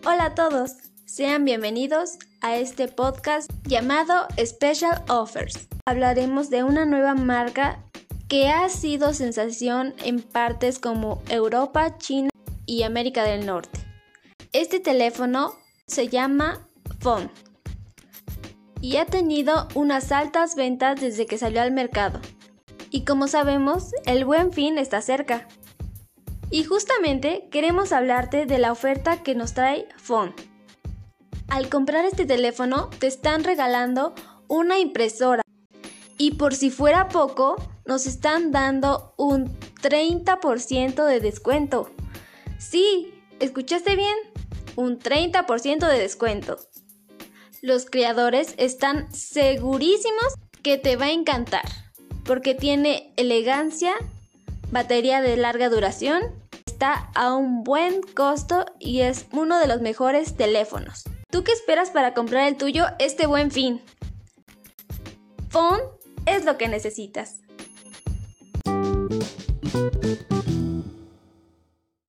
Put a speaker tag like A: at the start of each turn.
A: Hola a todos, sean bienvenidos a este podcast llamado Special Offers. Hablaremos de una nueva marca que ha sido sensación en partes como Europa, China y América del Norte. Este teléfono se llama Phone y ha tenido unas altas ventas desde que salió al mercado. Y como sabemos, el Buen Fin está cerca. Y justamente queremos hablarte de la oferta que nos trae Phone. Al comprar este teléfono te están regalando una impresora y por si fuera poco nos están dando un 30% de descuento. Sí, ¿escuchaste bien? Un 30% de descuento. Los creadores están segurísimos que te va a encantar porque tiene elegancia, batería de larga duración, está a un buen costo y es uno de los mejores teléfonos. ¿Tú qué esperas para comprar el tuyo este Buen Fin? Phone es lo que necesitas.